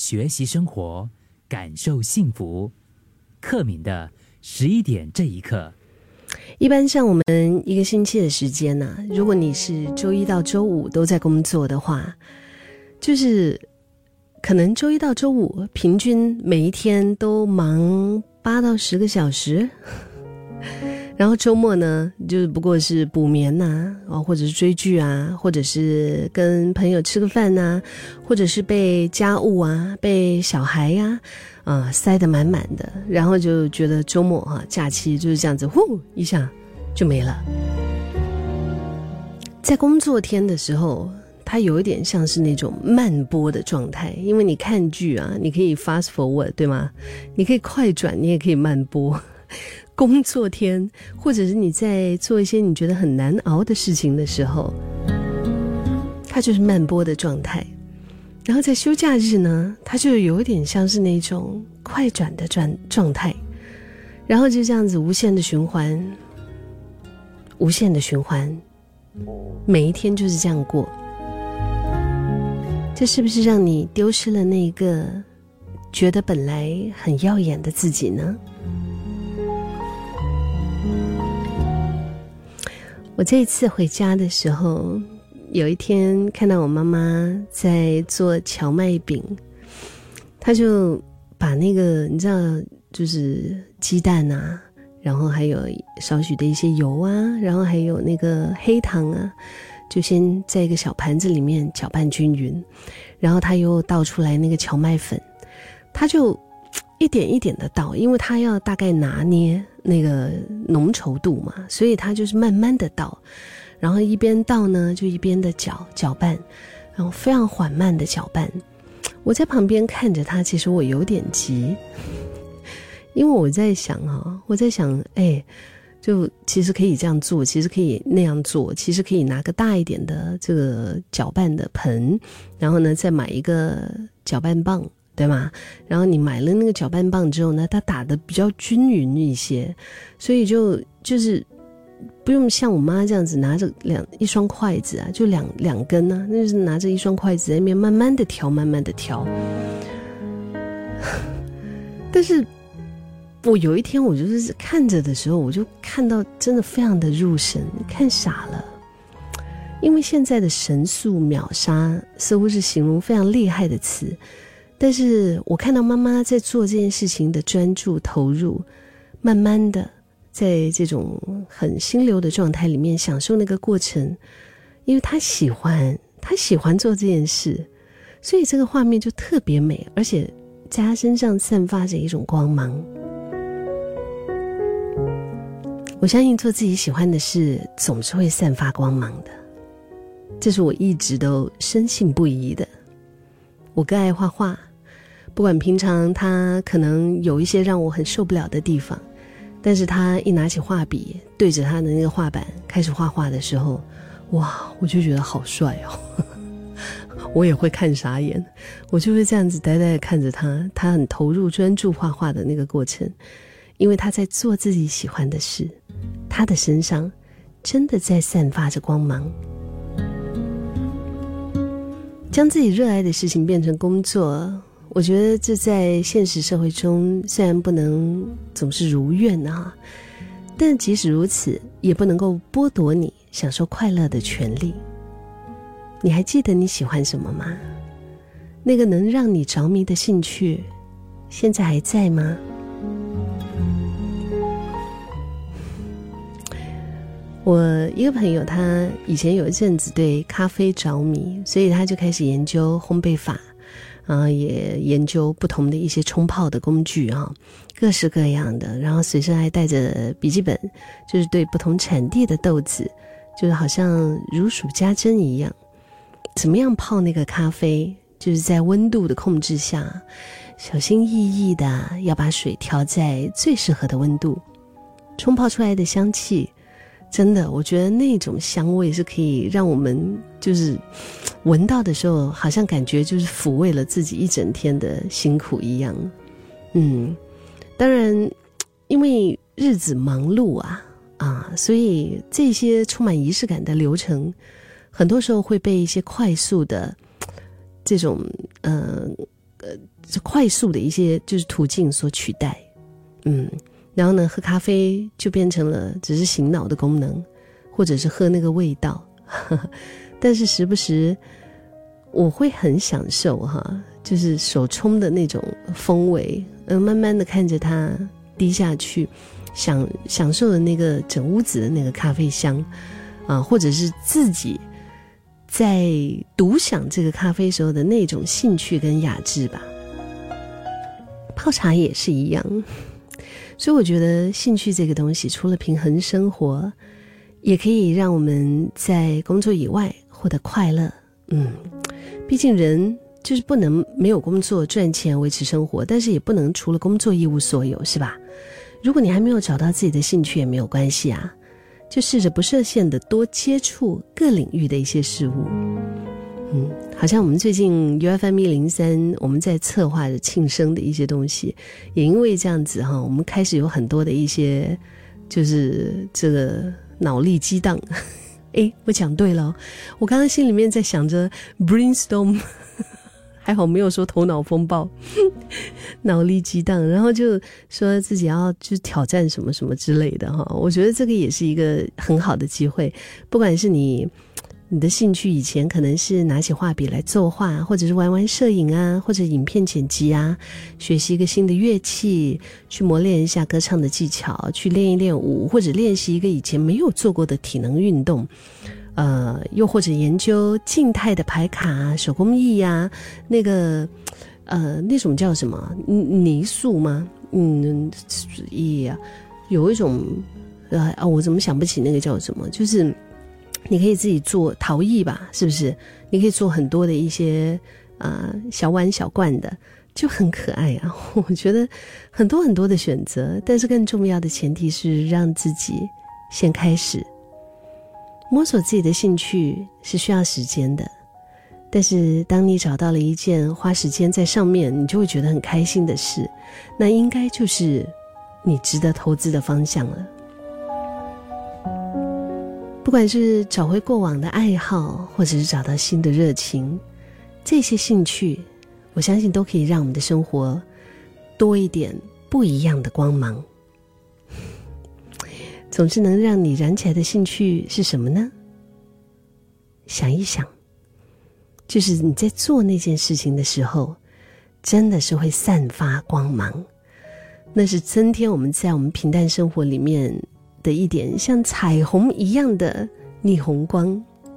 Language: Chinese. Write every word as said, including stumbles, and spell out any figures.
学习生活，感受幸福。克敏的十一点这一刻。 一般像我们一个星期的时间啊，如果你是周一到周五都在工作的话，就是可能周一到周五平均每一天都忙八到十个小时，然后周末呢就是不过是补眠呐、啊，或者是追剧啊，或者是跟朋友吃个饭呐、啊，或者是被家务啊被小孩呀、啊呃、塞得满满的，然后就觉得周末啊假期就是这样子呼一下就没了。在工作天的时候，它有一点像是那种慢播的状态，因为你看剧啊你可以 fast forward 对吗，你可以快转，你也可以慢播。工作天或者是你在做一些你觉得很难熬的事情的时候，它就是慢播的状态。然后在休假日呢，它就有一点像是那种快转的状状态，然后就这样子无限的循环，无限的循环，每一天就是这样过。这是不是让你丢失了那个觉得本来很耀眼的自己呢？我这一次回家的时候，有一天看到我妈妈在做荞麦饼，她就把那个你知道就是鸡蛋啊，然后还有少许的一些油啊，然后还有那个黑糖啊，就先在一个小盘子里面搅拌均匀，然后她又倒出来那个荞麦粉，她就一点一点的倒，因为她要大概拿捏那个浓稠度嘛，所以她就是慢慢的倒，然后一边倒呢就一边的搅搅拌，然后非常缓慢的搅拌。我在旁边看着她，其实我有点急，因为我在想啊，我在想哎，就其实可以这样做，其实可以那样做，其实可以拿个大一点的这个搅拌的盆，然后呢再买一个搅拌棒，对吗？然后你买了那个搅拌棒之后呢，它打得比较均匀一些，所以就就是不用像我妈这样子拿着两一双筷子啊，就两两根啊，那就是拿着一双筷子在那边慢慢的调，慢慢的调。但是我有一天我就是看着的时候，我就看到真的非常的入神，看傻了。因为现在的神速秒杀似乎是形容非常厉害的词，但是我看到妈妈在做这件事情的专注投入，慢慢的在这种很心流的状态里面享受那个过程，因为她喜欢她喜欢做这件事，所以这个画面就特别美，而且在她身上散发着一种光芒。我相信做自己喜欢的事总是会散发光芒的，这是我一直都深信不疑的。我更爱画画，不管平常他可能有一些让我很受不了的地方，但是他一拿起画笔对着他的那个画板开始画画的时候，哇，我就觉得好帅哦我也会看傻眼，我就会这样子呆呆地看着他，他很投入专注画画的那个过程，因为他在做自己喜欢的事，他的身上真的在散发着光芒。将自己热爱的事情变成工作，我觉得这在现实社会中虽然不能总是如愿啊，但即使如此也不能够剥夺你享受快乐的权利。你还记得你喜欢什么吗？那个能让你着迷的兴趣现在还在吗？我一个朋友，他以前有一阵子对咖啡着迷，所以他就开始研究烘焙法，然后也研究不同的一些冲泡的工具啊，各式各样的，然后随身还带着笔记本，就是对不同产地的豆子，就是好像如数家珍一样，怎么样泡那个咖啡，就是在温度的控制下，小心翼翼的要把水调在最适合的温度，冲泡出来的香气，真的我觉得那种香味是可以让我们就是闻到的时候好像感觉就是抚慰了自己一整天的辛苦一样。嗯，当然因为日子忙碌啊啊，所以这些充满仪式感的流程很多时候会被一些快速的这种呃呃快速的一些就是途径所取代。嗯，然后呢，喝咖啡就变成了只是醒脑的功能，或者是喝那个味道。但是时不时我会很享受哈，就是手冲的那种风味，呃，慢慢的看着它滴下去，享享受的那个整屋子的那个咖啡香啊，或者是自己在独享这个咖啡时候的那种兴趣跟雅致吧。泡茶也是一样，所以我觉得兴趣这个东西，除了平衡生活，也可以让我们在工作以外获得快乐。嗯，毕竟人就是不能没有工作赚钱维持生活，但是也不能除了工作一无所有，是吧？如果你还没有找到自己的兴趣也没有关系啊，就试着不设限的多接触各领域的一些事物。嗯，好像我们最近 U F M 一零三我们在策划着庆生的一些东西，也因为这样子哈，我们开始有很多的一些就是这个脑力激荡。诶，我讲对了，我刚刚心里面在想着 brainstorm， 还好没有说头脑风暴，脑力激荡，然后就说自己要就挑战什么什么之类的哈。我觉得这个也是一个很好的机会，不管是你你的兴趣以前可能是拿起画笔来作画，或者是玩玩摄影啊，或者影片剪辑啊，学习一个新的乐器，去磨练一下歌唱的技巧，去练一练舞，或者练习一个以前没有做过的体能运动，呃，又或者研究静态的牌卡、手工艺啊，那个呃那种叫什么泥塑吗？嗯，也有一种呃啊，我怎么想不起那个叫什么，就是你可以自己做陶艺吧，是不是？你可以做很多的一些呃小碗小罐的，就很可爱啊。我觉得很多很多的选择，但是更重要的前提是让自己先开始摸索自己的兴趣，是需要时间的。但是当你找到了一件花时间在上面你就会觉得很开心的事，那应该就是你值得投资的方向了。不管是找回过往的爱好，或者是找到新的热情，这些兴趣我相信都可以让我们的生活多一点不一样的光芒。总之能让你燃起来的兴趣是什么呢？想一想，就是你在做那件事情的时候真的是会散发光芒，那是增添我们在我们平淡生活里面的一点像彩虹一样的霓虹光。